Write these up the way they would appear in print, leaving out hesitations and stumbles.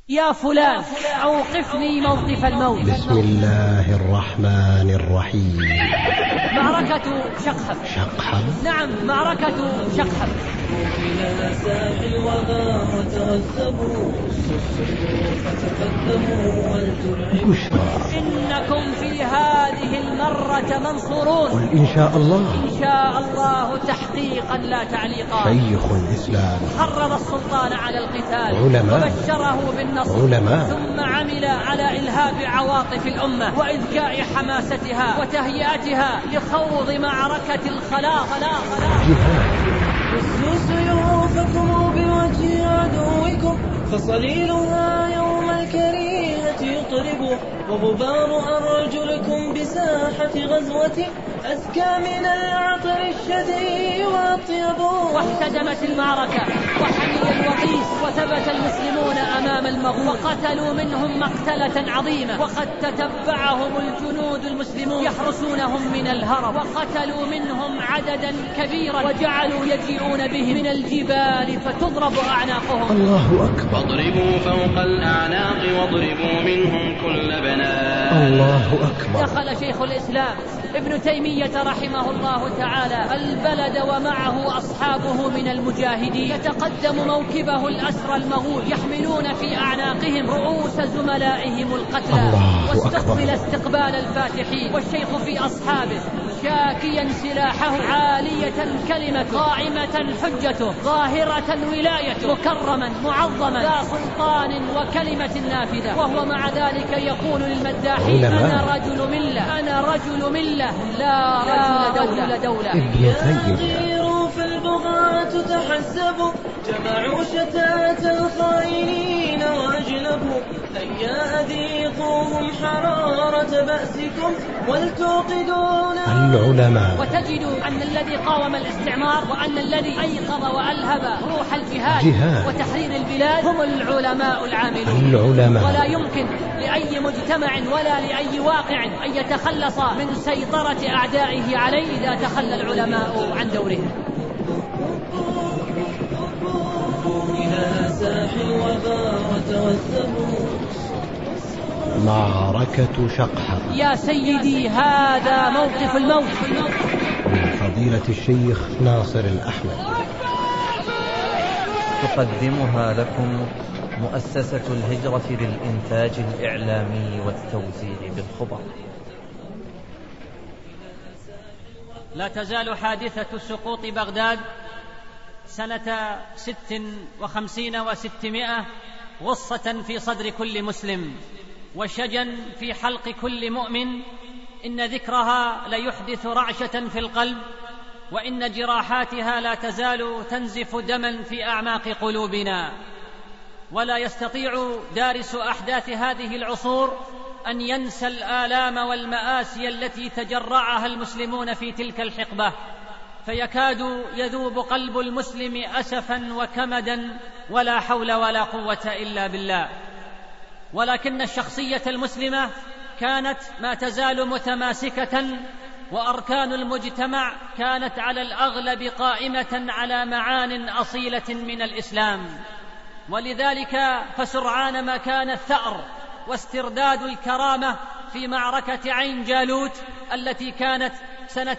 يا فلان أوقفني موقف الموت. بسم الله الرحمن الرحيم. معركة شقحب. شقحب؟ نعم، معركة شقحب. إلى ساح الوغى وتهذبوا فتقدموا ولترعبوا. إنكم في هذه المرة منصورون. قل إن شاء الله. إن شاء الله تحقيقا لا تعليقا. شيخ الإسلام حرض السلطان على القتال، علماء، وبشره بالنصر، علماء. ثم عمل على إلهاب عواطف الأمة وإذكاء حماستها وتهيئتها لخوض معركة الخلاص. وزوا سيوفكم بوجه عدوكم فصليلها يوم الكريهة يطرب، وغبار أرجلكم بساحة غزوة أزكى من العطر الشديد وأطيب. واحتدمت المعركة وحمي الوطيس، وثبت المسلمون أمام المغول وقتلوا منهم مقتلة عظيمة، وقد تتبعهم الجنود المسلمون يحرسونهم من الهرب، وقتلوا منهم عددا كبيرا وجعلوا يجيئون بهم من الجبال فتضرب أعناقهم. الله أكبر. واضربوا فوق الأعناق واضربوا منهم كل بنان. الله أكبر. دخل شيخ الإسلام ابن تيمية رحمه الله تعالى البلد ومعه أصحابه من المجاهدين، يتقدم موكبه الأسرى المغول يحملون في أعناقهم رؤوس زملائهم القتلى، واستقبل استقبال الفاتحين والشيخ في أصحابه شاكيا سلاحه، عالية كلمة، قائمة حجته، ظاهرة ولايته، مكرما معظما ذا سلطان وكلمة نافذة، وهو مع ذلك يقول للمداحين أنا رجل ملة، أنا رجل ملة لا رجل دولة. ابن تيمية. فالبغاة تحسبوا جمعوا شتات الخائنين واجلبوا، هيا أذيقوهم حرارة بأسكم ولتوقدون العلماء. وتجد أن الذي قاوم الاستعمار وأن الذي أيقظ وألهب روح الجهاد وتحرير البلاد هم العلماء العاملون. العلماء. ولا يمكن لأي مجتمع ولا لأي واقع أن يتخلص من سيطرة أعدائه عليه إذا تخلى العلماء عن دورهم. إلى ساح الوغى وتوثبوا. معركة شقحب. يا سيدي هذا موقف الموت. من فضيلة الشيخ ناصر الأحمد. تقدمها لكم مؤسسة الهجرة للإنتاج الإعلامي والتوزيع بالخبر. لا تزال حادثة سقوط بغداد سنة 56 و600 غصة في صدر كل مسلم وشجا في حلق كل مؤمن. إن ذكرها ليحدث رعشة في القلب، وإن جراحاتها لا تزال تنزف دما في أعماق قلوبنا. ولا يستطيع دارس أحداث هذه العصور أن ينسى الآلام والمآسي التي تجرعها المسلمون في تلك الحقبة، فيكاد يذوب قلب المسلم أسفا وكمدا، ولا حول ولا قوة إلا بالله. ولكن الشخصية المسلمة كانت ما تزال متماسكة، وأركان المجتمع كانت على الأغلب قائمة على معان أصيلة من الإسلام. ولذلك فسرعان ما كان الثأر واسترداد الكرامة في معركة عين جالوت التي كانت سنة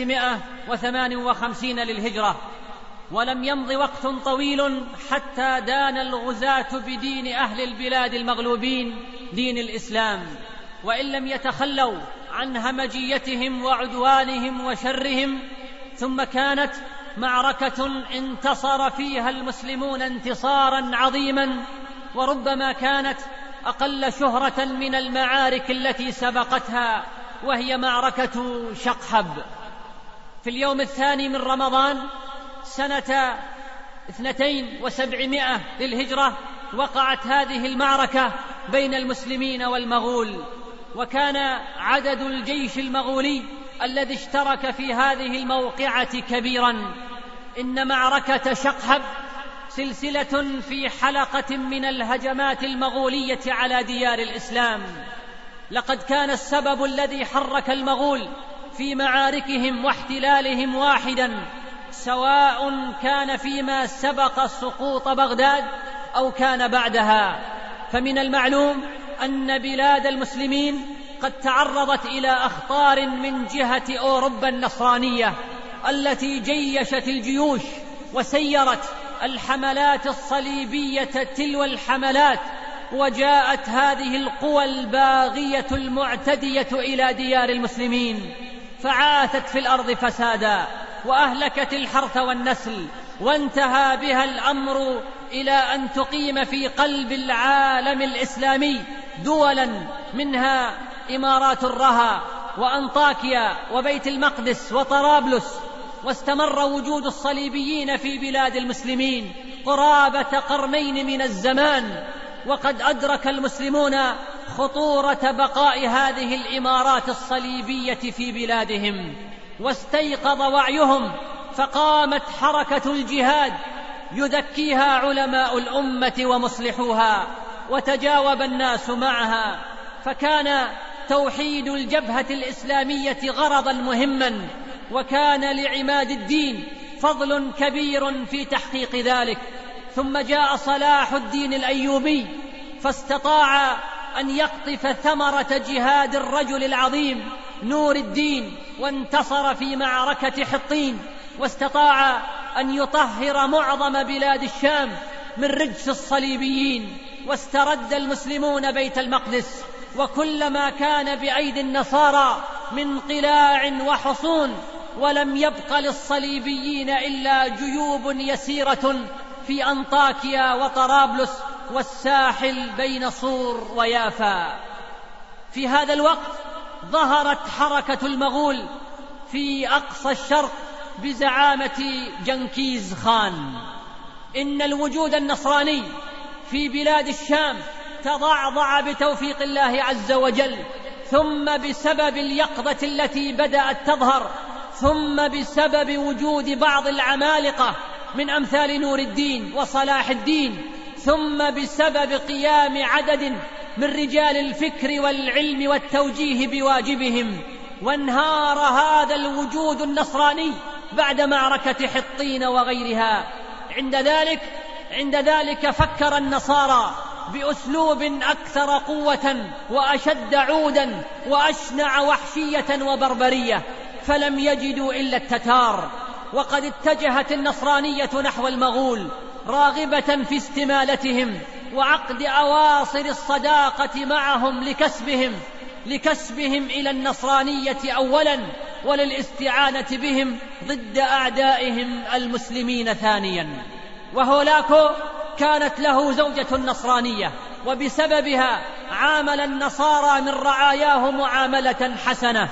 658 للهجرة. ولم يمض وقت طويل حتى دان الغزاة بدين أهل البلاد المغلوبين، دين الإسلام، وإن لم يتخلوا عن همجيتهم وعدوانهم وشرهم. ثم كانت معركة انتصر فيها المسلمون انتصارا عظيما، وربما كانت أقل شهرة من المعارك التي سبقتها، وهي معركة شقحب. في اليوم الثاني من رمضان سنة 72 للهجرة وقعت هذه المعركة بين المسلمين والمغول، وكان عدد الجيش المغولي الذي اشترك في هذه الموقعة كبيرا. إن معركة شقحب سلسلة في حلقة من الهجمات المغولية على ديار الإسلام. لقد كان السبب الذي حرك المغول في معاركهم واحتلالهم واحدا، سواء كان فيما سبق سقوط بغداد أو كان بعدها، فمن المعلوم أن بلاد المسلمين قد تعرضت إلى أخطار من جهة أوروبا النصرانية التي جيشت الجيوش وسيرت الحملات الصليبية تلو الحملات، وجاءت هذه القوى الباغية المعتدية إلى ديار المسلمين فعاثت في الأرض فسادا وأهلكت الحرث والنسل، وانتهى بها الأمر إلى أن تقيم في قلب العالم الإسلامي دولا منها إمارات الرها وأنطاكيا وبيت المقدس وطرابلس، واستمر وجود الصليبيين في بلاد المسلمين قرابة قرنين من الزمان، وقد أدرك المسلمون خطورة بقاء هذه الإمارات الصليبية في بلادهم، واستيقظ وعيهم، فقامت حركة الجهاد يذكيها علماء الأمة ومصلحوها، وتجاوب الناس معها، فكان توحيد الجبهة الإسلامية غرضا مهما، وكان لعماد الدين فضل كبير في تحقيق ذلك. ثم جاء صلاح الدين الأيوبي فاستطاع أن يقطف ثمرة جهاد الرجل العظيم نور الدين، وانتصر في معركة حطين، واستطاع أن يطهر معظم بلاد الشام من رجس الصليبيين، واسترد المسلمون بيت المقدس وكل ما كان بأيدي النصارى من قلاع وحصون، ولم يبق للصليبيين إلا جيوب يسيرة في أنطاكيا وطرابلس والساحل بين صور ويافا. في هذا الوقت ظهرت حركة المغول في أقصى الشرق بزعامة جنكيز خان. إن الوجود النصراني في بلاد الشام تضعضع بتوفيق الله عز وجل، ثم بسبب اليقظة التي بدأت تظهر، ثم بسبب وجود بعض العمالقة من أمثال نور الدين وصلاح الدين، ثم بسبب قيام عدد من رجال الفكر والعلم والتوجيه بواجبهم، وانهار هذا الوجود النصراني بعد معركة حطين وغيرها. عند ذلك فكر النصارى بأسلوب أكثر قوة وأشد عودا وأشنع وحشية وبربرية، فلم يجدوا إلا التتار، وقد اتجهت النصرانية نحو المغول راغبة في استمالتهم وعقد أواصر الصداقة معهم لكسبهم إلى النصرانية أولا، وللاستعانة بهم ضد أعدائهم المسلمين ثانيا. وهولاكو كانت له زوجة نصرانية، وبسببها عامل النصارى من رعاياه معاملة حسنة،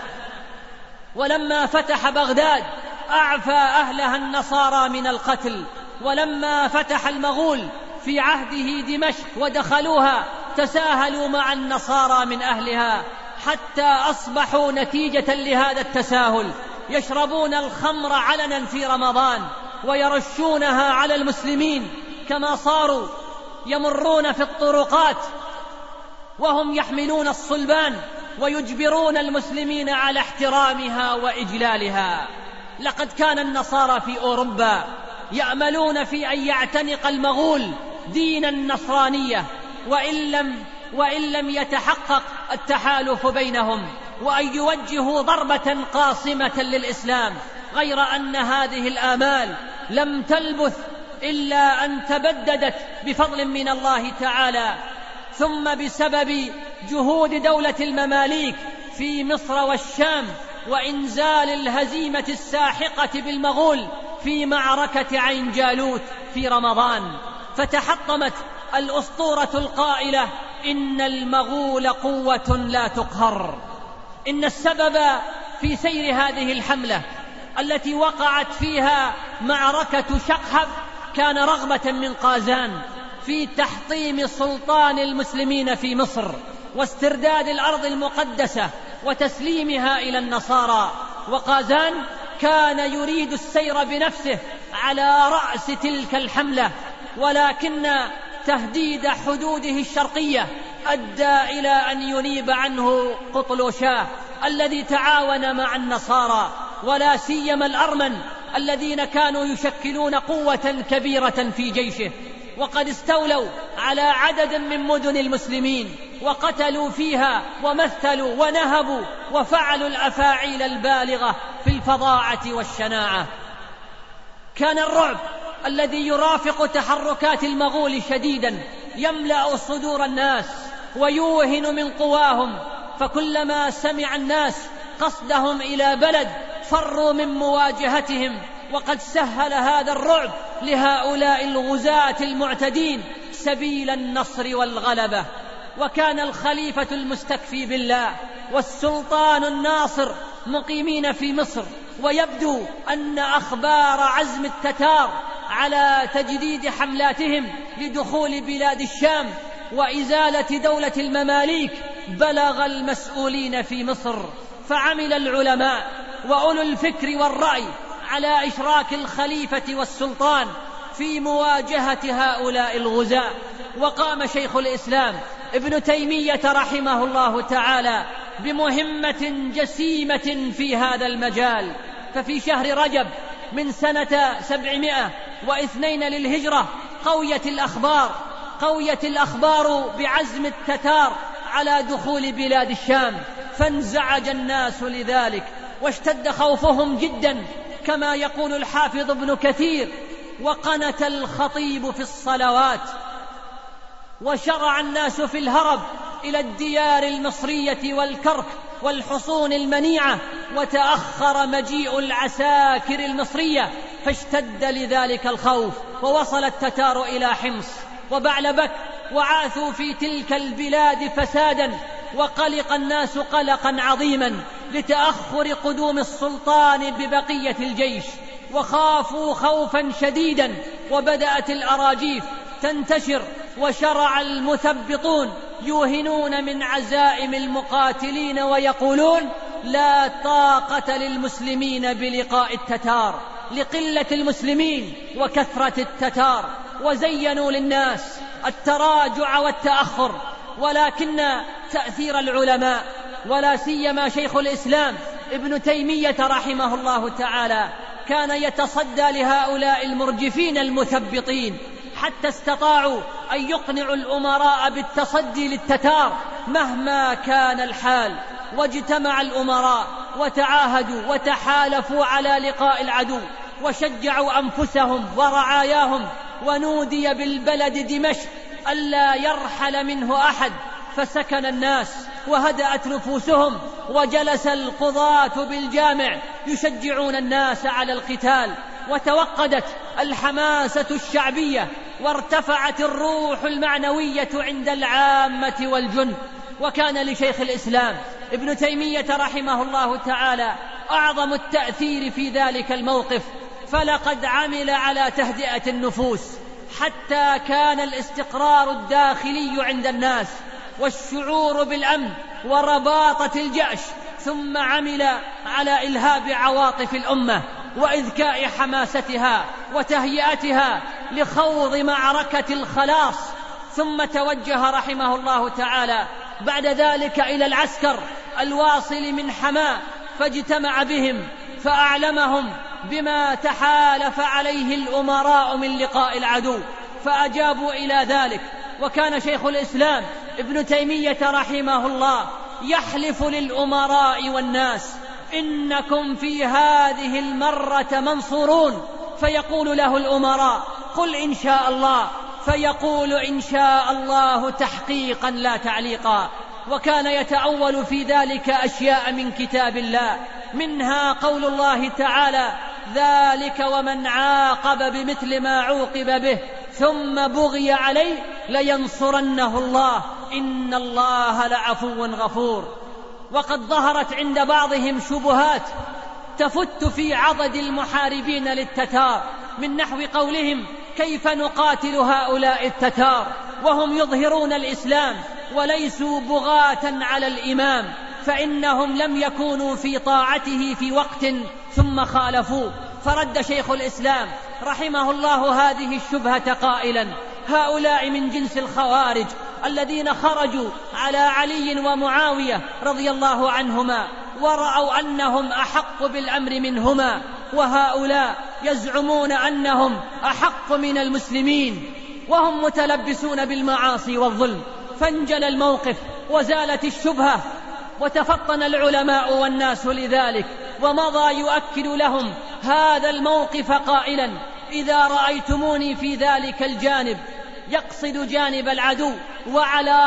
ولما فتح بغداد أعفى أهلها النصارى من القتل، ولما فتح المغول في عهده دمشق ودخلوها تساهلوا مع النصارى من أهلها، حتى أصبحوا نتيجة لهذا التساهل يشربون الخمر علنا في رمضان ويرشونها على المسلمين، كما صاروا يمرون في الطرقات وهم يحملون الصلبان ويجبرون المسلمين على احترامها وإجلالها. لقد كان النصارى في أوروبا يأملون في أن يعتنق المغول دين النصرانية وإن لم يتحقق التحالف بينهم، وأن يوجهوا ضربة قاصمة للإسلام، غير أن هذه الآمال لم تلبث إلا أن تبددت بفضل من الله تعالى، ثم بسبب جهود دولة المماليك في مصر والشام وإنزال الهزيمة الساحقة بالمغول في معركة عين جالوت في رمضان، فتحطمت الأسطورة القائلة إن المغول قوة لا تقهر. إن السبب في سير هذه الحملة التي وقعت فيها معركة شقحب كان رغبة من قازان في تحطيم سلطان المسلمين في مصر واسترداد الأرض المقدسة وتسليمها إلى النصارى، وقازان كان يريد السير بنفسه على رأس تلك الحملة، ولكن تهديد حدوده الشرقية أدى إلى أن ينيب عنه قطلوشاه الذي تعاون مع النصارى، ولا سيما الأرمن الذين كانوا يشكلون قوة كبيرة في جيشه. وقد استولوا على عدد من مدن المسلمين وقتلوا فيها ومثلوا ونهبوا وفعلوا الأفاعيل البالغة في الفظاعة والشناعة. كان الرعب الذي يرافق تحركات المغول شديدا يملأ صدور الناس ويوهن من قواهم، فكلما سمع الناس قصدهم إلى بلد فروا من مواجهتهم، وقد سهل هذا الرعب لهؤلاء الغزاة المعتدين سبيل النصر والغلبة. وكان الخليفة المستكفي بالله والسلطان الناصر مقيمين في مصر، ويبدو أن أخبار عزم التتار على تجديد حملاتهم لدخول بلاد الشام وإزالة دولة المماليك بلغ المسؤولين في مصر، فعمل العلماء وأولو الفكر والرأي على إشراك الخليفة والسلطان في مواجهة هؤلاء الغزاة. وقام شيخ الإسلام ابن تيمية رحمه الله تعالى بمهمة جسيمة في هذا المجال. ففي شهر رجب من سنة 702 للهجرة قويت الأخبار بعزم التتار على دخول بلاد الشام، فانزعج الناس لذلك واشتد خوفهم جدا، كما يقول الحافظ ابن كثير: وقنت الخطيب في الصلوات، وشرع الناس في الهرب إلى الديار المصرية والكرك والحصون المنيعة، وتأخر مجيء العساكر المصرية فاشتد لذلك الخوف، ووصل التتار إلى حمص وبعلبك وعاثوا في تلك البلاد فسادا، وقلق الناس قلقا عظيما لتأخر قدوم السلطان ببقية الجيش، وخافوا خوفا شديدا، وبدأت الأراجيف تنتشر، وشرع المثبطون يوهنون من عزائم المقاتلين ويقولون: لا طاقة للمسلمين بلقاء التتار لقلة المسلمين وكثرة التتار، وزينوا للناس التراجع والتأخر. ولكن تأثير العلماء ولا سيما شيخ الإسلام ابن تيمية رحمه الله تعالى كان يتصدى لهؤلاء المرجفين المثبطين، حتى استطاعوا أن يقنعوا الأمراء بالتصدي للتتار مهما كان الحال. واجتمع الأمراء وتعاهدوا وتحالفوا على لقاء العدو، وشجعوا أنفسهم ورعاياهم، ونودي بالبلد دمشق ألا يرحل منه أحد، فسكن الناس وهدأت نفوسهم، وجلس القضاة بالجامع يشجعون الناس على القتال، وتوقدت الحماسة الشعبية، وارتفعت الروح المعنوية عند العامة والجند. وكان لشيخ الإسلام ابن تيمية رحمه الله تعالى أعظم التأثير في ذلك الموقف، فلقد عمل على تهدئة النفوس حتى كان الاستقرار الداخلي عند الناس والشعور بالأمن ورباطة الجأش، ثم عمل على إلهاب عواطف الأمة وإذكاء حماستها وتهيئتها لخوض معركة الخلاص. ثم توجه رحمه الله تعالى بعد ذلك إلى العسكر الواصل من حماة، فاجتمع بهم فأعلمهم بما تحالف عليه الأمراء من لقاء العدو، فأجابوا إلى ذلك. وكان شيخ الإسلام ابن تيمية رحمه الله يحلف للأمراء والناس: إنكم في هذه المرة منصورون. فيقول له الأمراء: قل إن شاء الله، فيقول: إن شاء الله تحقيقا لا تعليقا. وكان يتأول في ذلك أشياء من كتاب الله، منها قول الله تعالى: ذلك ومن عاقب بمثل ما عوقب به ثم بغي عليه لينصرنه الله إن الله لعفو غفور. وقد ظهرت عند بعضهم شبهات تفت في عضد المحاربين للتتار، من نحو قولهم: كيف نقاتل هؤلاء التتار وهم يظهرون الإسلام وليسوا بغاة على الإمام، فإنهم لم يكونوا في طاعته في وقت ثم خالفوا. فرد شيخ الإسلام رحمه الله هذه الشبهة قائلا: هؤلاء من جنس الخوارج الذين خرجوا على علي ومعاوية رضي الله عنهما ورأوا أنهم أحق بالأمر منهما، وهؤلاء يزعمون أنهم أحق من المسلمين، وهم متلبسون بالمعاصي والظلم، فانجلى الموقف وزالت الشبهة، وتفطن العلماء والناس لذلك، ومضى يؤكد لهم هذا الموقف قائلا: إذا رأيتموني في ذلك الجانب، يقصد جانب العدو، وعلى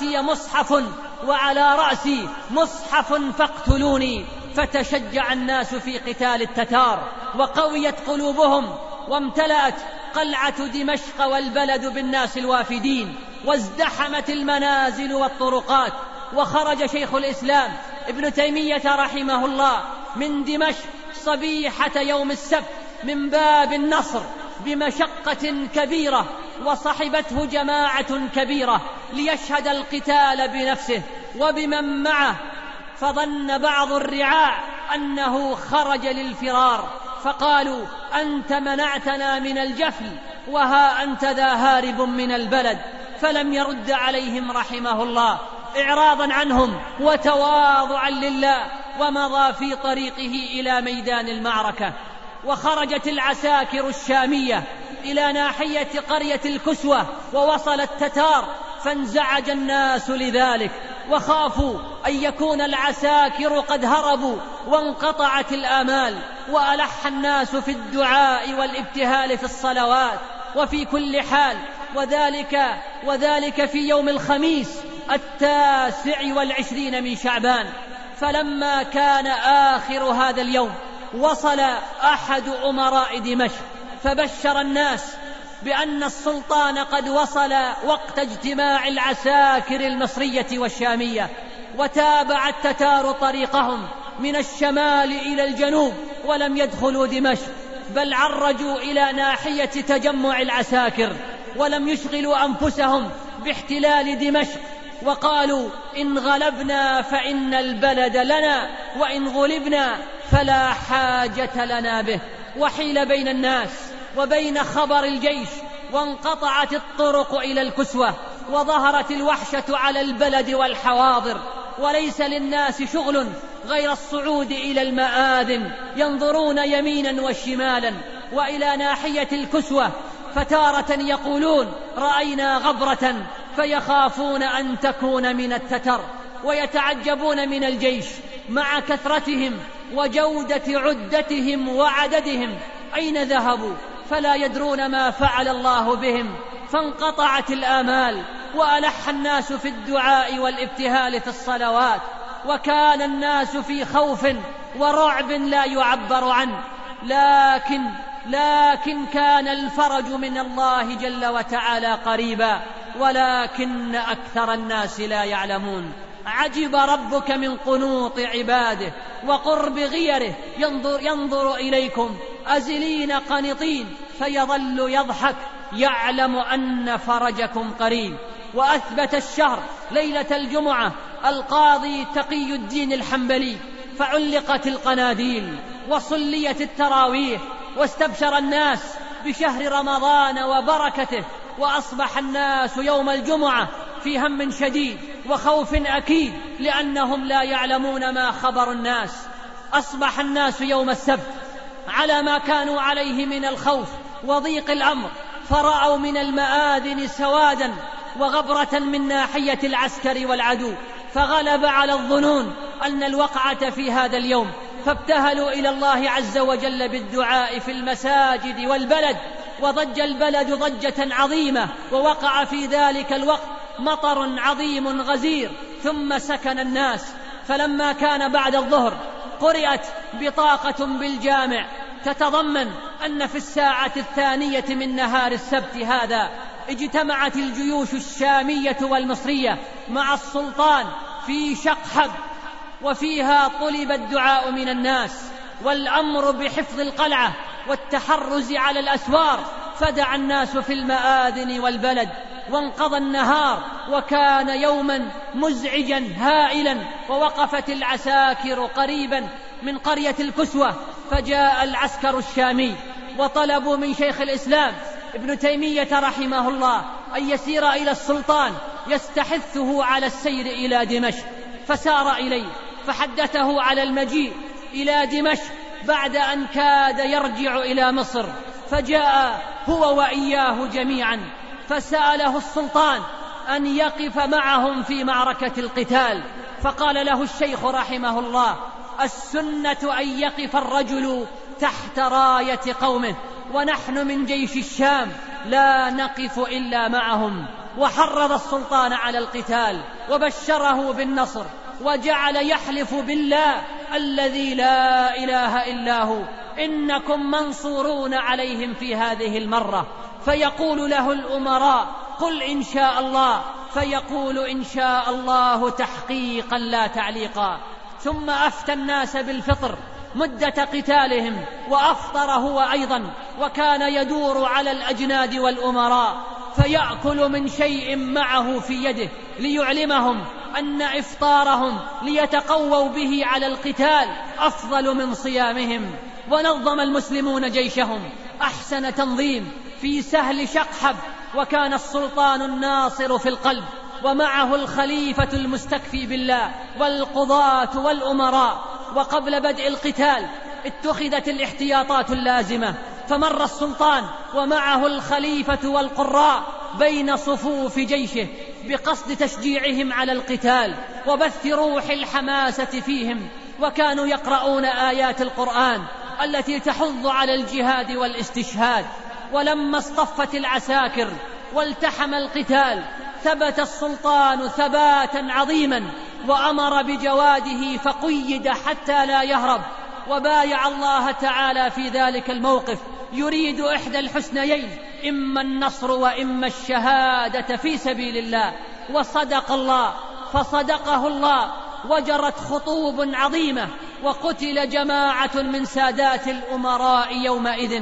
رأسي مصحف فاقتلوني. فتشجع الناس في قتال التتار، وقويت قلوبهم، وامتلأت قلعة دمشق والبلد بالناس الوافدين، وازدحمت المنازل والطرقات. وخرج شيخ الإسلام ابن تيمية رحمه الله من دمشق صبيحة يوم السبت من باب النصر بمشقة كبيرة، وصحبته جماعة كبيرة ليشهد القتال بنفسه وبمن معه، فظن بعض الرعاع أنه خرج للفرار، فقالوا: أنت منعتنا من الجفل، وها أنت ذا هارب من البلد. فلم يرد عليهم رحمه الله، إعراضا عنهم وتواضعا لله، ومضى في طريقه إلى ميدان المعركة. وخرجت العساكر الشامية إلى ناحية قرية الكسوة، ووصل التتار، فانزعج الناس لذلك، وخافوا أن يكون العساكر قد هربوا، وانقطعت الآمال، وألح الناس في الدعاء والابتهال في الصلوات وفي كل حال، وذلك في يوم الخميس 29 من شعبان. فلما كان آخر هذا اليوم وصل أحد أمراء دمشق فبشر الناس بأن السلطان قد وصل وقت اجتماع العساكر المصرية والشامية. وتابع التتار طريقهم من الشمال إلى الجنوب، ولم يدخلوا دمشق، بل عرجوا إلى ناحية تجمع العساكر، ولم يشغلوا أنفسهم باحتلال دمشق، وقالوا: إن غلبنا فإن البلد لنا، وإن غلبنا فلا حاجة لنا به. وحيل بين الناس وبين خبر الجيش، وانقطعت الطرق إلى الكسوة، وظهرت الوحشة على البلد والحواضر، وليس للناس شغل غير الصعود إلى المآذن، ينظرون يمينا وشمالا وإلى ناحية الكسوة، فتارة يقولون: رأينا غبرة، فيخافون أن تكون من التتر، ويتعجبون من الجيش مع كثرتهم وجودة عدتهم وعددهم، أين ذهبوا؟ فلا يدرون ما فعل الله بهم. فانقطعت الآمال، وألح الناس في الدعاء والابتهال في الصلوات، وكان الناس في خوف ورعب لا يعبر عنه، لكن كان الفرج من الله جل وتعالى قريبا، ولكن أكثر الناس لا يعلمون. عجب ربك من قنوط عباده وقرب غيره، ينظر إليكم أزلين قنطين، فيظل يضحك، يعلم أن فرجكم قريب. وأثبت الشهر ليلة الجمعة القاضي تقي الدين الحنبلي، فعلقت القناديل وصليت التراويح، واستبشر الناس بشهر رمضان وبركته. وأصبح الناس يوم الجمعة في هم شديد وخوف أكيد، لأنهم لا يعلمون ما خبر الناس. أصبح الناس يوم السبت على ما كانوا عليه من الخوف وضيق الأمر، فرأوا من المآذن سوادا وغبرة من ناحية العسكر والعدو، فغلب على الظنون أن الوقعة في هذا اليوم، فابتهلوا إلى الله عز وجل بالدعاء في المساجد والبلد، وضج البلد ضجة عظيمة، ووقع في ذلك الوقت مطر عظيم غزير، ثم سكن الناس. فلما كان بعد الظهر قرأت بطاقة بالجامع تتضمن أن في الساعة 2 من نهار السبت هذا اجتمعت الجيوش الشامية والمصرية مع السلطان في شقحب، وفيها طلب الدعاء من الناس والأمر بحفظ القلعة والتحرز على الأسوار. فدعا الناس في المآذن والبلد، وانقضى النهار، وكان يوما مزعجا هائلا. ووقفت العساكر قريبا من قرية الكسوة، فجاء العسكر الشامي وطلبوا من شيخ الإسلام ابن تيمية رحمه الله أن يسير إلى السلطان يستحثه على السير إلى دمشق، فسار إليه، فحدثه على المجيء إلى دمشق بعد أن كاد يرجع إلى مصر، فجاء هو وإياه جميعا، فسأله السلطان أن يقف معهم في معركة القتال، فقال له الشيخ رحمه الله: السنة أن يقف الرجل تحت راية قومه، ونحن من جيش الشام لا نقف إلا معهم. وحرض السلطان على القتال وبشره بالنصر، وجعل يحلف بالله الذي لا إله إلا هو إنكم منصورون عليهم في هذه المرة. فيقول له الأمراء: قل إن شاء الله، فيقول إن شاء الله تحقيقا لا تعليقا. ثم أفتى الناس بالفطر مدة قتالهم، وأفطر هو أيضا، وكان يدور على الأجناد والأمراء فيأكل من شيء معه في يده ليعلمهم أن إفطارهم ليتقووا به على القتال أفضل من صيامهم. ونظم المسلمون جيشهم أحسن تنظيم في سهل شقحب، وكان السلطان الناصر في القلب، ومعه الخليفة المستكفي بالله والقضاة والأمراء. وقبل بدء القتال اتخذت الاحتياطات اللازمة، فمر السلطان ومعه الخليفة والقراء بين صفوف جيشه بقصد تشجيعهم على القتال وبث روح الحماسة فيهم، وكانوا يقرؤون آيات القرآن التي تحض على الجهاد والاستشهاد. ولما اصطفت العساكر والتحم القتال ثبت السلطان ثباتا عظيما، وأمر بجواده فقيد حتى لا يهرب، وبايع الله تعالى في ذلك الموقف يريد إحدى الحسنيين، إما النصر وإما الشهادة في سبيل الله. وصدق الله فصدقه الله، وجرت خطوب عظيمة، وقتل جماعة من سادات الأمراء يومئذ،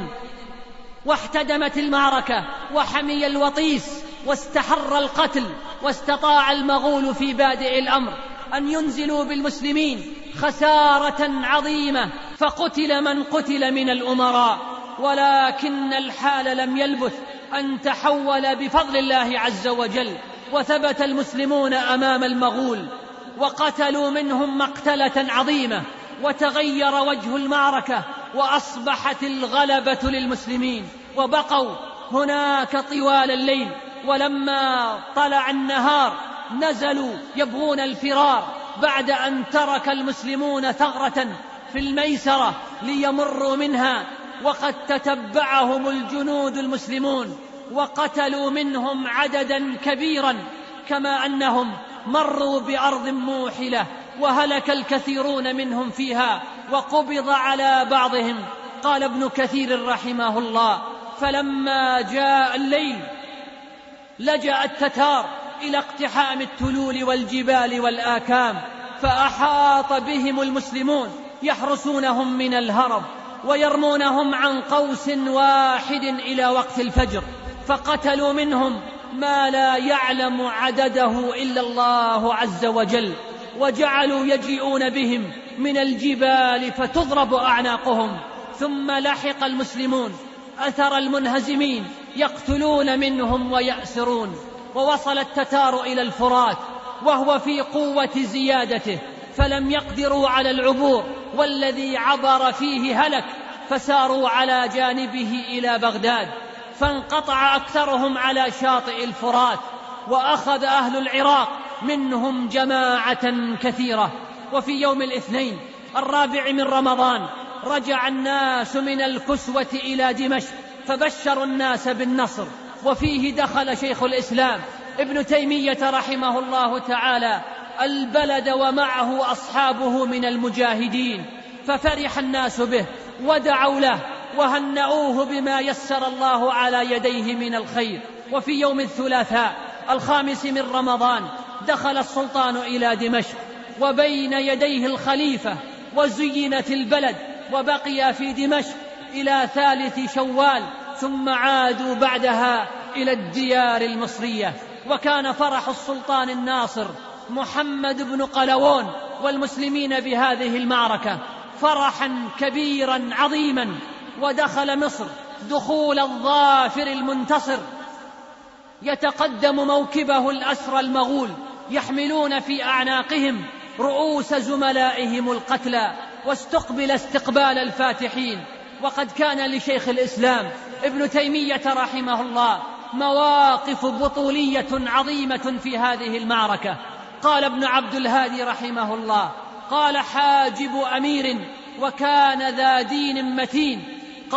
واحتدمت المعركة وحمي الوطيس واستحر القتل. واستطاع المغول في بادئ الأمر أن ينزلوا بالمسلمين خسارة عظيمة، فقتل من قتل من الأمراء. ولكن الحال لم يلبث أن تحول بفضل الله عز وجل، وثبت المسلمون أمام المغول وقتلوا منهم مقتلة عظيمة، وتغير وجه المعركة وأصبحت الغلبة للمسلمين، وبقوا هناك طوال الليل. ولما طلع النهار نزلوا يبغون الفرار بعد أن ترك المسلمون ثغرة في الميسرة ليمروا منها، وقد تتبعهم الجنود المسلمون وقتلوا منهم عددا كبيرا، كما أنهم مروا بأرض موحلة وهلك الكثيرون منهم فيها وقبض على بعضهم. قال ابن كثير رحمه الله: فلما جاء الليل لجأ التتار إلى اقتحام التلول والجبال والآكام، فأحاط بهم المسلمون يحرسونهم من الهرب ويرمونهم عن قوس واحد إلى وقت الفجر، فقتلوا منهم ما لا يعلم عدده إلا الله عز وجل، وجعلوا يجيئون بهم من الجبال فتضرب أعناقهم. ثم لحق المسلمون أثر المنهزمين يقتلون منهم ويأسرون، ووصل التتار إلى الفرات وهو في قوة زيادته، فلم يقدروا على العبور، والذي عبر فيه هلك، فساروا على جانبه إلى بغداد، فانقطع أكثرهم على شاطئ الفرات، وأخذ أهل العراق منهم جماعة كثيرة. وفي يوم الاثنين 4 من رمضان رجع الناس من الكسوة إلى دمشق، فبشروا الناس بالنصر، وفيه دخل شيخ الإسلام ابن تيمية رحمه الله تعالى البلد ومعه أصحابه من المجاهدين، ففرح الناس به ودعوا له وهنؤوه بما يسر الله على يديه من الخير. وفي يوم الثلاثاء 5 من رمضان دخل السلطان إلى دمشق وبين يديه الخليفة، وزينت البلد، وبقي في دمشق إلى 3 شوال، ثم عادوا بعدها إلى الديار المصرية. وكان فرح السلطان الناصر محمد بن قلاوون والمسلمين بهذه المعركة فرحا كبيرا عظيما، ودخل مصر دخول الظافر المنتصر، يتقدم موكبه الأسرى المغول يحملون في أعناقهم رؤوس زملائهم القتلى، واستقبل استقبال الفاتحين. وقد كان لشيخ الإسلام ابن تيمية رحمه الله مواقف بطولية عظيمة في هذه المعركة. قال ابن عبد الهادي رحمه الله: قال حاجب أمير وكان ذا دين متين،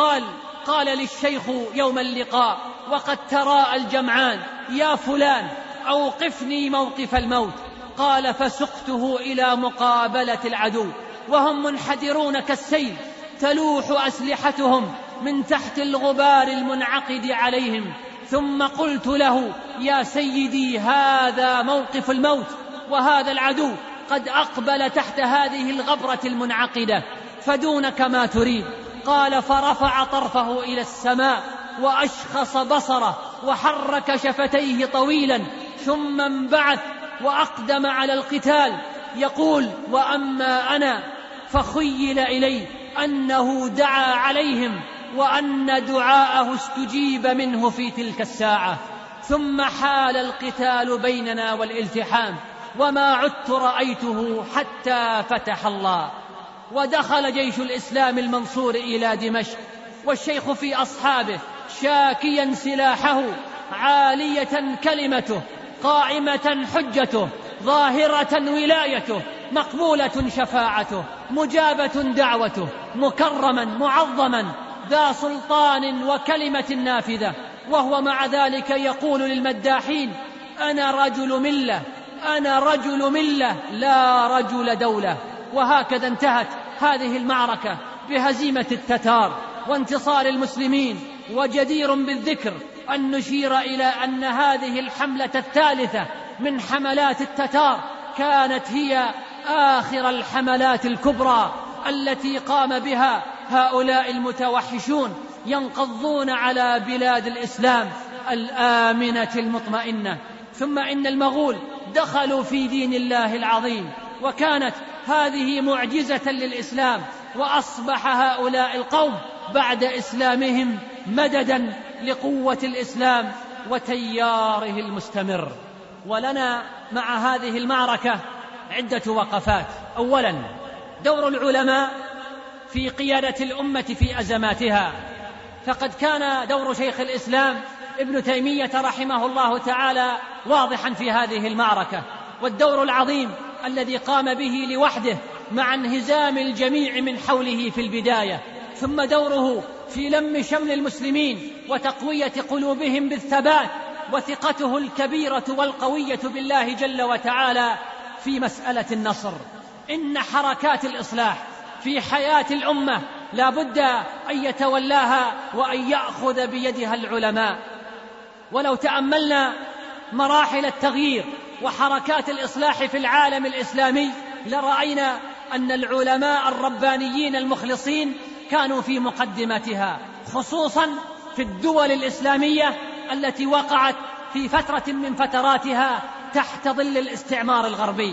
قال للشيخ يوم اللقاء وقد تراءى الجمعان: يا فلان أوقفني موقف الموت. قال: فسقته إلى مقابلة العدو وهم منحدرون كالسيل، تلوح أسلحتهم من تحت الغبار المنعقد عليهم. ثم قلت له: يا سيدي، هذا موقف الموت، وهذا العدو قد أقبل تحت هذه الغبرة المنعقدة، فدونك ما تريد. قال: فرفع طرفه إلى السماء وأشخص بصره وحرك شفتيه طويلا، ثم انبعث وأقدم على القتال يقول: وأما أنا فخيل إلي أنه دعا عليهم وأن دعاءه استجيب منه في تلك الساعة. ثم حال القتال بيننا والالتحام، وما عدت رأيته حتى فتح الله. ودخل جيش الإسلام المنصور إلى دمشق، والشيخ في أصحابه شاكيا سلاحه، عالية كلمته، قائمة حجته، ظاهرة ولايته، مقبولة شفاعته، مجابة دعوته، مكرما معظما، ذا سلطان وكلمة نافذة. وهو مع ذلك يقول للمداحين: أنا رجل ملة، أنا رجل ملة لا رجل دولة. وهكذا انتهت هذه المعركة بهزيمة التتار وانتصار المسلمين. وجدير بالذكر أن نشير إلى أن هذه الحملة الثالثة من حملات التتار كانت هي آخر الحملات الكبرى التي قام بها هؤلاء المتوحشون ينقضون على بلاد الإسلام الآمنة المطمئنة. ثم إن المغول دخلوا في دين الله العظيم، وكانت هذه معجزة للإسلام، وأصبح هؤلاء القوم بعد إسلامهم مددا لقوة الإسلام وتياره المستمر. ولنا مع هذه المعركة عدة وقفات. أولا، دور العلماء في قيادة الأمة في أزماتها، فقد كان دور شيخ الإسلام ابن تيمية رحمه الله تعالى واضحا في هذه المعركة، والدور العظيم الذي قام به لوحده مع انهزام الجميع من حوله في البداية، ثم دوره في لم شمل المسلمين وتقوية قلوبهم بالثبات، وثقته الكبيرة والقوية بالله جل وتعالى في مسألة النصر. إن حركات الإصلاح في حياة الأمة لا بد أن يتولاها وأن يأخذ بيدها العلماء. ولو تأملنا مراحل التغيير وحركات الإصلاح في العالم الإسلامي لرأينا أن العلماء الربانيين المخلصين كانوا في مقدمتها، خصوصا في الدول الإسلامية التي وقعت في فترة من فتراتها تحت ظل الاستعمار الغربي.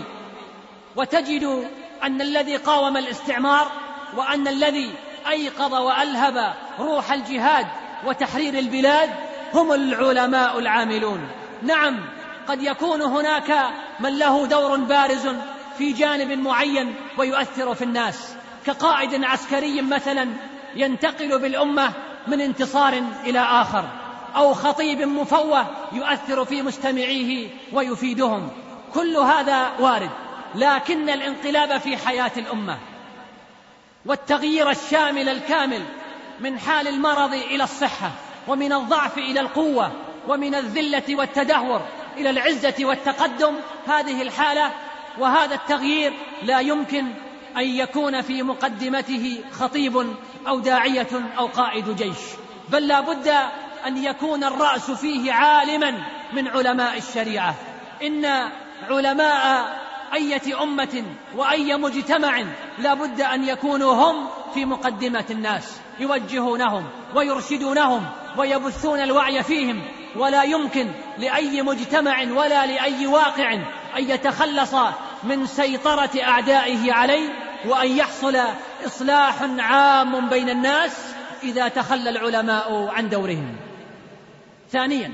وتجد أن الذي قاوم الاستعمار وأن الذي أيقظ وألهب روح الجهاد وتحرير البلاد هم العلماء العاملون. نعم، قد يكون هناك من له دور بارز في جانب معين ويؤثر في الناس، كقائد عسكري مثلا ينتقل بالأمة من انتصار إلى آخر، أو خطيب مفوه يؤثر في مستمعيه ويفيدهم. كل هذا وارد، لكن الانقلاب في حياة الأمة والتغيير الشامل الكامل من حال المرض إلى الصحة، ومن الضعف إلى القوة، ومن الذلة والتدهور إلى العزة والتقدم، هذه الحالة وهذا التغيير لا يمكن أن يكون في مقدمته خطيب أو داعية أو قائد جيش، بل لا بد أن يكون الرأس فيه عالما من علماء الشريعة. إن علماء أية أمة وأي مجتمع لا بد أن يكونوا هم في مقدمة الناس، يوجهونهم ويرشدونهم ويبثون الوعي فيهم. ولا يمكن لأي مجتمع ولا لأي واقع أن يتخلص من سيطرة أعدائه عليه، وأن يحصل إصلاح عام بين الناس إذا تخلى العلماء عن دورهم. ثانيا،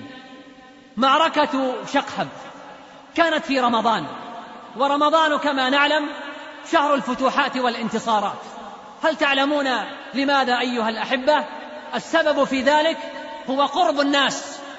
معركة شقحب كانت في رمضان، ورمضان كما نعلم شهر الفتوحات والانتصارات. هل تعلمون لماذا أيها الأحبة؟ السبب في ذلك هو قرب الناس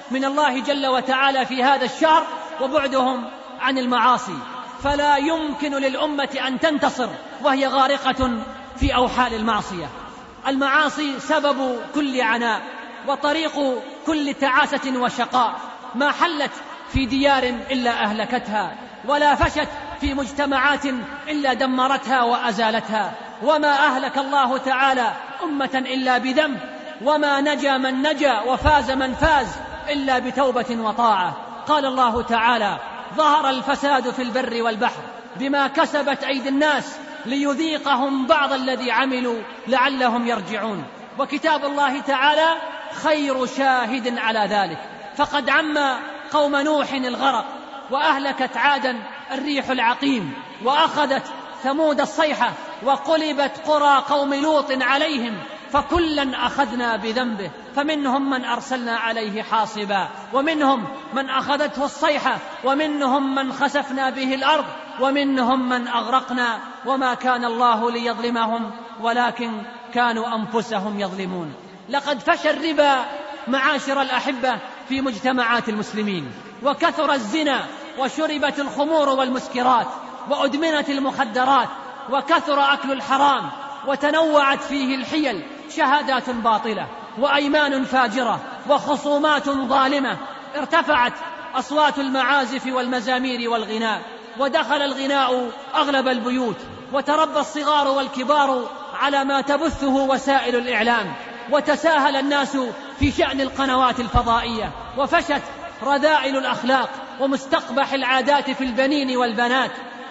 من الله جل وتعالى في هذا الشهر وبعدهم عن المعاصي. فلا يمكن للأمة أن تنتصر وهي غارقة في أوحال المعصية. المعاصي سبب كل عناء وطريق كل تعاسة وشقاء. ما حلت في ديار إلا أهلكتها، ولا فشت في مجتمعات إلا دمرتها وأزالتها. وما أهلك الله تعالى أمة إلا بذنب، وما نجا من نجا وفاز من فاز إلا بتوبة وطاعة. قال الله تعالى: ظهر الفساد في البر والبحر بما كسبت أيدي الناس ليذيقهم بعض الذي عملوا لعلهم يرجعون. وكتاب الله تعالى خير شاهد على ذلك، فقد عم قوم نوح الغرق، وأهلكت عادا الريح العقيم، وأخذت ثمود الصيحة، وقلبت قرى قوم لوط عليهم، فكلا أخذنا بذنبه، فمنهم من أرسلنا عليه حاصبا، ومنهم من أخذته الصيحة، ومنهم من خسفنا به الأرض، ومنهم من أغرقنا، وما كان الله ليظلمهم ولكن كانوا أنفسهم يظلمون. لقد فشى الربا معاشر الأحبة في مجتمعات المسلمين، وكثر الزنا، وشربت الخمور والمسكرات، وأدمنت المخدرات، وكثر أكل الحرام، وتنوعت فيه الحيل، شهادات باطلة، وأيمان فاجرة، وخصومات ظالمة. ارتفعت أصوات المعازف والمزامير والغناء، ودخل الغناء أغلب البيوت، وتربى الصغار والكبار على ما تبثه وسائل الإعلام، وتساهل الناس في شأن القنوات الفضائية، وفشت رذائل الأخلاق ومستقبح العادات في البنين والبنات،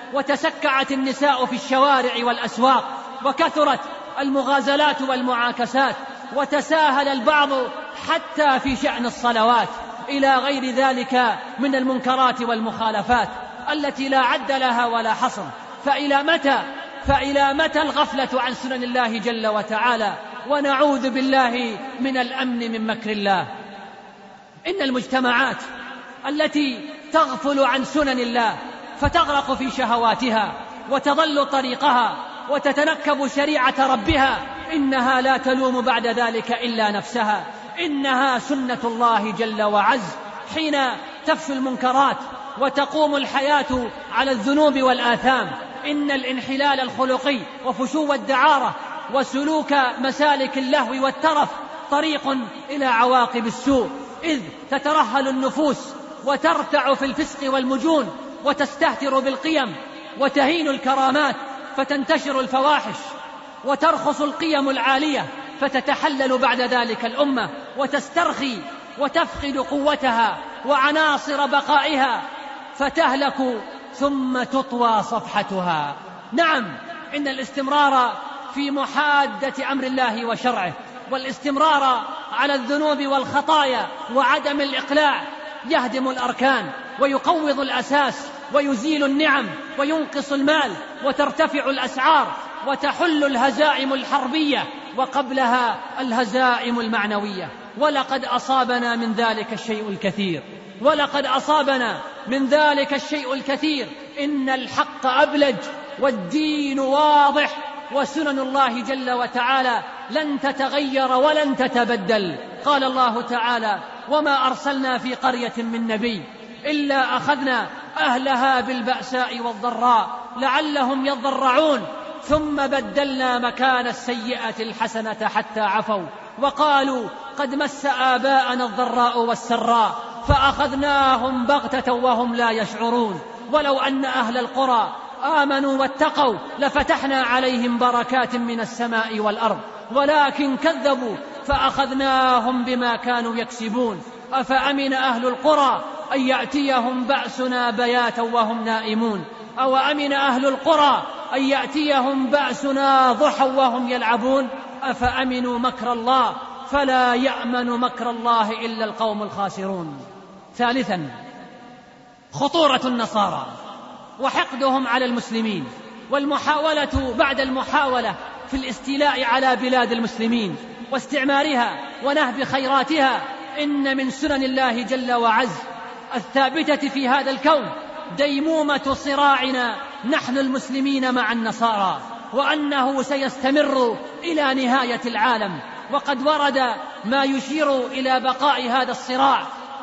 وتسكعت النساء في الشوارع والأسواق، وكثرت المغازلات والمعاكسات، وتساهل البعض حتى في شأن الصلوات، إلى غير ذلك من المنكرات والمخالفات التي لا عد لها ولا حصر. فإلى متى الغفلة عن سنن الله جل وتعالى، ونعوذ بالله من الأمن من مكر الله. إن المجتمعات التي تغفل عن سنن الله فتغرق في شهواتها وتضل طريقها وتتنكب شريعة ربها، إنها لا تلوم بعد ذلك إلا نفسها. إنها سنة الله جل وعز حين تفشو المنكرات وتقوم الحياة على الذنوب والآثام. إن الانحلال الخلقي وفشو الدعارة وسلوك مسالك اللهو والترف طريق إلى عواقب السوء، إذ تترهل النفوس وترتع في الفسق والمجون، وتستهتر بالقيم وتهين الكرامات، فتنتشر الفواحش وترخص القيم العالية، فتتحلل بعد ذلك الأمة وتسترخي وتفقد قوتها وعناصر بقائها، فتهلك ثم تطوى صفحتها. نعم، إن الاستمرار في محادة أمر الله وشرعه، والاستمرار على الذنوب والخطايا وعدم الإقلاع يهدم الأركان ويقوض الأساس ويزيل النعم وينقص المال وترتفع الأسعار وتحل الهزائم الحربية وقبلها الهزائم المعنوية. ولقد أصابنا من ذلك الشيء الكثير. إن الحق أبلج والدين واضح، وسنن الله جل وتعالى لن تتغير ولن تتبدل. قال الله تعالى: وما أرسلنا في قرية من نبي إلا أخذنا أهلها بالبأساء والضراء لعلهم يضرعون ثم بدلنا مكان السيئة الحسنة حتى عفوا وقالوا قد مس آباءنا الضراء والسراء فأخذناهم بغتة وهم لا يشعرون. ولو أن أهل القرى آمنوا واتقوا لفتحنا عليهم بركات من السماء والأرض ولكن كذبوا فأخذناهم بما كانوا يكسبون. أفأمن أهل القرى أن يأتيهم بأسنا بياتا وهم نائمون أو أمن أهل القرى أن يأتيهم بأسنا ضحى وهم يلعبون أفأمنوا مكر الله فلا يأمن مكر الله إلا القوم الخاسرون. ثالثا، خطورة النصارى وحقدهم على المسلمين والمحاولة بعد المحاولة في الاستيلاء على بلاد المسلمين واستعمارها ونهب خيراتها. إن من سنن الله جل وعز الثابتة في هذا الكون ديمومة صراعنا نحن المسلمين مع النصارى، وأنه سيستمر إلى نهاية العالم. وقد ورد ما يشير إلى بقاء هذا الصراع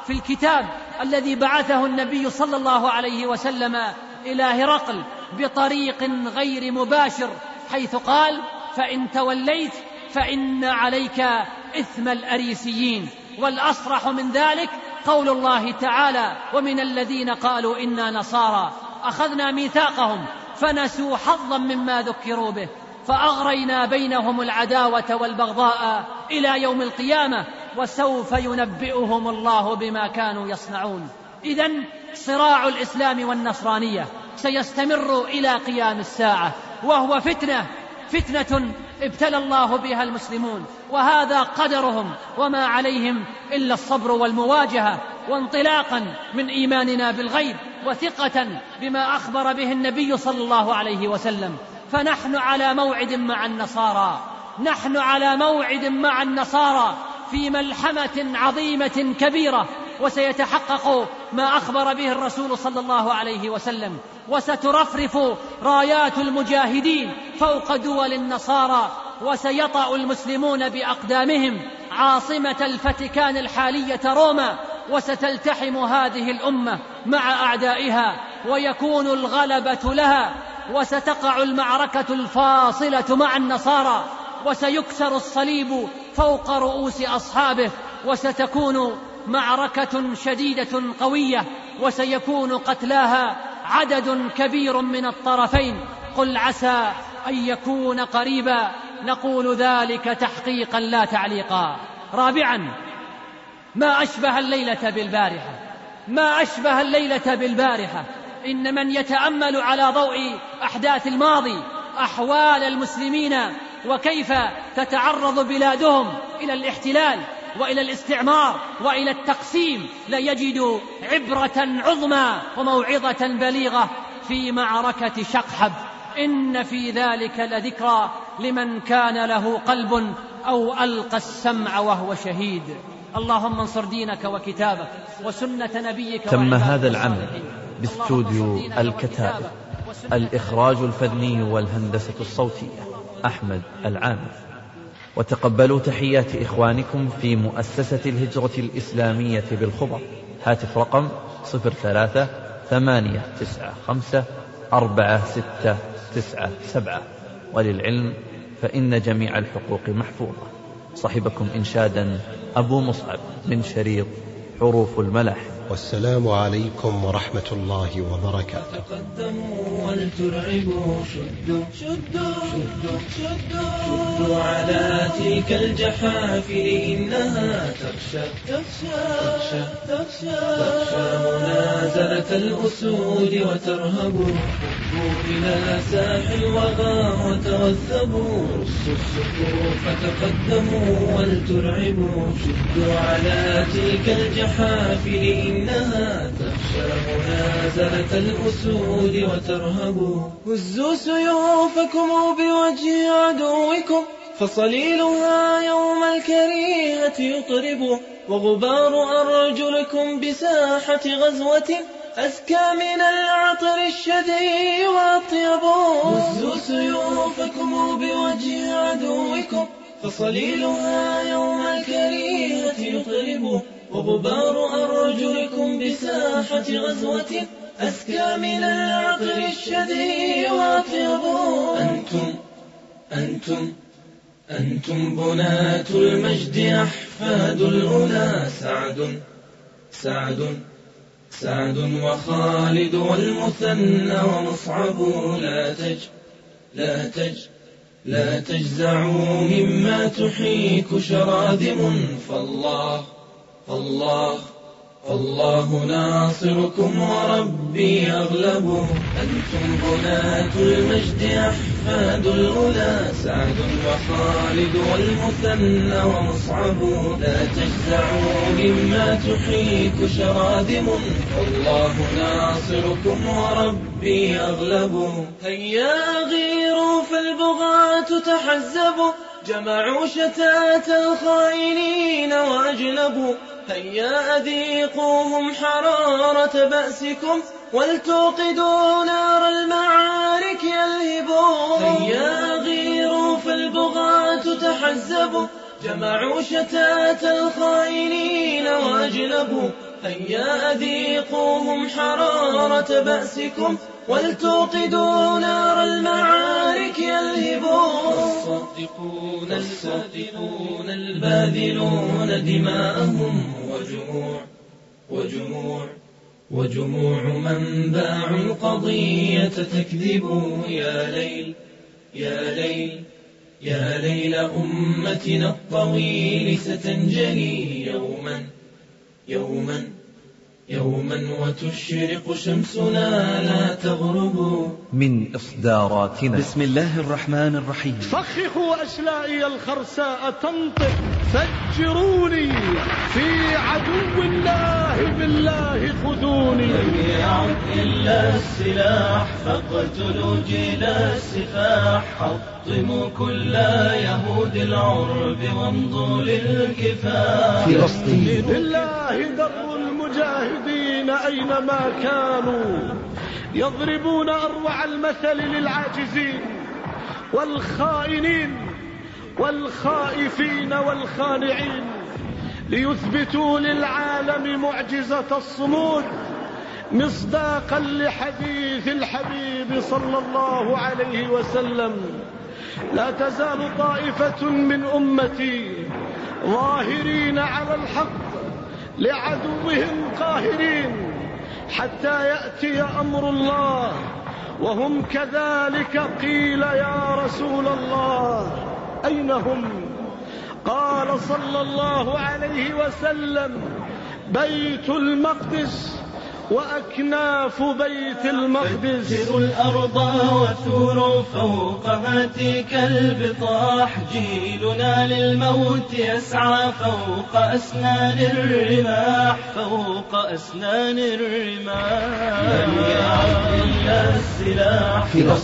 في الكتاب الذي بعثه النبي صلى الله عليه وسلم إلى هرقل بطريق غير مباشر، حيث قال: فإن توليت فإن عليك إثم الأريسيين. والأصرح من ذلك قول الله تعالى: ومن الذين قالوا إنا نصارى أخذنا ميثاقهم فنسوا حظا مما ذكروا به فأغرينا بينهم العداوة والبغضاء إلى يوم القيامة وسوف ينبئهم الله بما كانوا يصنعون. إذن صراع الإسلام والنصرانية سيستمر إلى قيام الساعة، وهو فتنة ابتلى الله بها المسلمون، وهذا قدرهم وما عليهم إلا الصبر والمواجهة، وانطلاقا من إيماننا بالغيب وثقة بما أخبر به النبي صلى الله عليه وسلم. فنحن على موعد مع النصارى في ملحمة عظيمة كبيرة، وسيتحقق ما أخبر به الرسول صلى الله عليه وسلم، وسترفرف رايات المجاهدين فوق دول النصارى، وسيطأ المسلمون بأقدامهم عاصمة الفاتيكان الحالية روما، وستلتحم هذه الأمة مع أعدائها ويكون الغلبة لها، وستقع المعركة الفاصلة مع النصارى، وسيكسر الصليب فوق رؤوس أصحابه، وستكون معركة شديدة قوية، وسيكون قتلاها عدد كبير من الطرفين. قل عسى أن يكون قريبا، نقول ذلك تحقيقا لا تعليقا. رابعا، ما أشبه الليلة بالبارحة. إن من يتأمل على ضوء أحداث الماضي أحوال المسلمين وكيف تتعرض بلادهم إلى الاحتلال وإلى الاستعمار وإلى التقسيم ليجد عبرة عظمى وموعظة بليغة في معركة شقحب. إن في ذلك لذكرى لمن كان له قلب أو ألقى السمع وهو شهيد. اللهم انصر دينك وكتابك وسنة نبيك. تم هذا العمل باستوديو الكتائب، الإخراج الفني والهندسة الصوتية أحمد العامر. وتقبلوا تحيات إخوانكم في مؤسسة الهجرة الإسلامية بالخبر. هاتف رقم 03-895-4697. وللعلم فإن جميع الحقوق محفوظة. صاحبكم إنشادا أبو مصعب من شريط حروف الملاحم. والسلام عليكم ورحمة الله وبركاته. تقدموا ولترعبوا، شدوا على تلك الجحافل إنها تخشى منازلة الأسود وترهبوا. هبوا إلى ساح الوغى وتوثبوا، رصوا الصفوف فتقدموا ولترعبوا. شدوا على تلك الجحافل إنها تخشى منازلة الأسود وترهبوا. هزوا سيوفكم بوجه عدوكم فصليلها يوم الكريهة يطرب. وغبار أرجلكم بساحة غزوة أزكى من العطر الشدي وأطيب. هزوا سيوفكم بوجه عدوكم فصليلها يوم الكريهة يطرب. وغبار أرجلكم بساحة غزوة أزكى من العطر الشدي وأطيب. أنتم بناة المجد أحفاد الأولى، سعد وخالد والمثنى ومصعب. لا تجزعوا مما تحيك شراذم، فالله ناصركم وربي أغلب. أنتم بناة المجد أحفاد الأولى، سعد وخالد والمثنى ومصعب. لا تجزعوا مما تحيك شراذم، فالله ناصركم وربي أغلب. هيا غيروا فالبغاة تحزبوا، جمعوا شتات الخائنين وأجلبوا. هيا أذيقوهم حرارة بأسكم ولتوقدوا نار المعارك يلهبوا. هيا غيروا فالبغاة تحزبوا، جمعوا شتات الخائنين وأجلبوا. هيا أذيقوهم حرارة بأسكم ولتوقدوا نار المعارك يلهبون. الصادقون الباذلون دماءهم وجموع من باعوا القضية تكذب. يا ليل أمتنا الطويل ستنجلي يوما وتشرق شمسنا لا تغرب. من إصداراتنا. بسم الله الرحمن الرحيم. فخخوا أشلائي الخرساء تنطق فجروني في عدو الله بالله خذوني. لم يعد إلا السلاح فاقتلوا جيل السفاح. حطموا كل يهود العرب وامضوا للكفاح. فلسطين لله در المجاهدين أينما كانوا يضربون أروع المثل للعاجزين والخائنين والخائفين والخانعين ليثبتوا للعالم معجزة الصمود مصداقا لحديث الحبيب صلى الله عليه وسلم. لا تزال طائفة من أمتي ظاهرين على الحق لعدوهم قاهرين حتى يأتي أمر الله وهم كذلك. قيل يا رسول الله أين هم؟ قال صلى الله عليه وسلم بيت المقدس وأكناف بيت المقدس. كسروا الأرض وثوروا فوقها تلك البطاح. جيلنا للموت يسعى فوق أسنان الرماح. لم يعد إلا السلاح.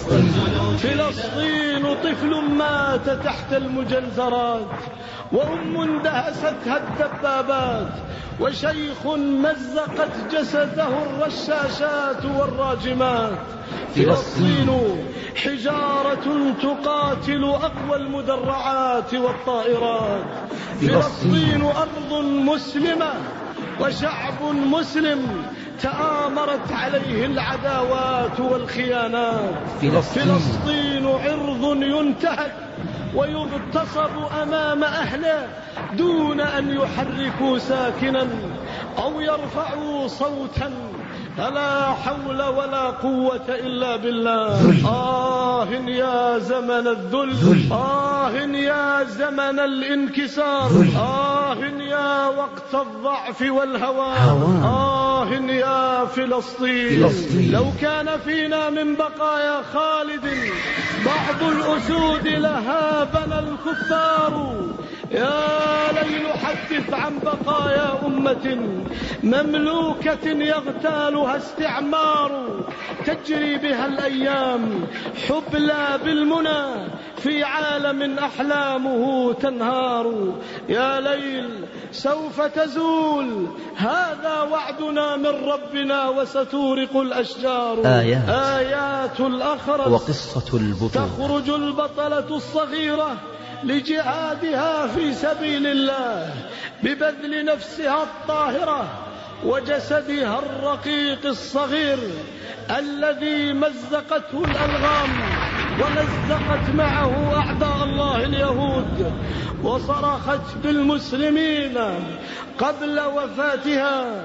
فلسطين طفل مات تحت المجنزرات وأم دهستها الدبابات وشيخ مزقت جسده الرشاشات والراجمات. فلسطين حجارة تقاتل أقوى المدرعات والطائرات. فلسطين أرض مسلمة وشعب مسلم تآمرت عليه العداوات والخيانات. فلسطين عرض ينتهك ويغتصب أمام أهله دون أن يحركوا ساكنا أو يرفعوا صوتا. فلا حول ولا قوة إلا بالله. آه يا زمن الذل. آه يا زمن الانكسار. آه يا وقت الضعف والهوان. آه يا فلسطين. لو كان فينا من بقايا خالد بعض الأسود لهابنا الكفار. يا ليل حدث عن بقايا أمة مملوكة يغتالها استعمار. تجري بها الأيام حبلى بالمنى في عالم أحلامه تنهار. يا ليل سوف تزول هذا وعدنا من ربنا وستورق الأشجار. آيات الأخرس وقصة البطولة. تخرج البطلة الصغيرة لجهادها في سبيل الله ببذل نفسها الطاهرة وجسدها الرقيق الصغير الذي مزقته الألغام ومزقت معه أعداء الله اليهود وصرخت بالمسلمين قبل وفاتها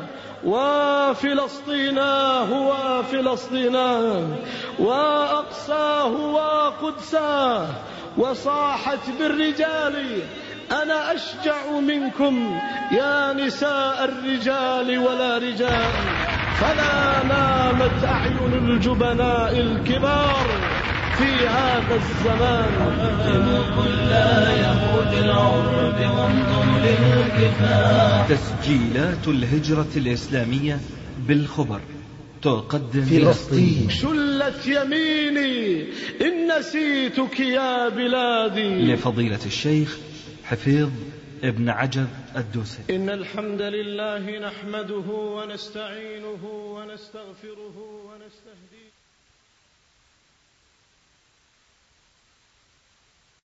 وفلسطيناه وفلسطيناه وأقصاه وقدساه. وصاحت بالرجال أنا أشجع منكم يا نساء الرجال ولا رجال. فلا نامت أعين الجبناء الكبار في هذا الزمان. كل يهود العرب وانظر للكفاح. تسجيلات الهجرة الإسلامية بالخبر تقدم فلسطين. شلت يميني إن نسيتك يا بلادي. لفضيلة الشيخ حفيظ ابن عجب الدوسري. إن الحمد لله نحمده ونستعينه ونستغفره ونستهديه.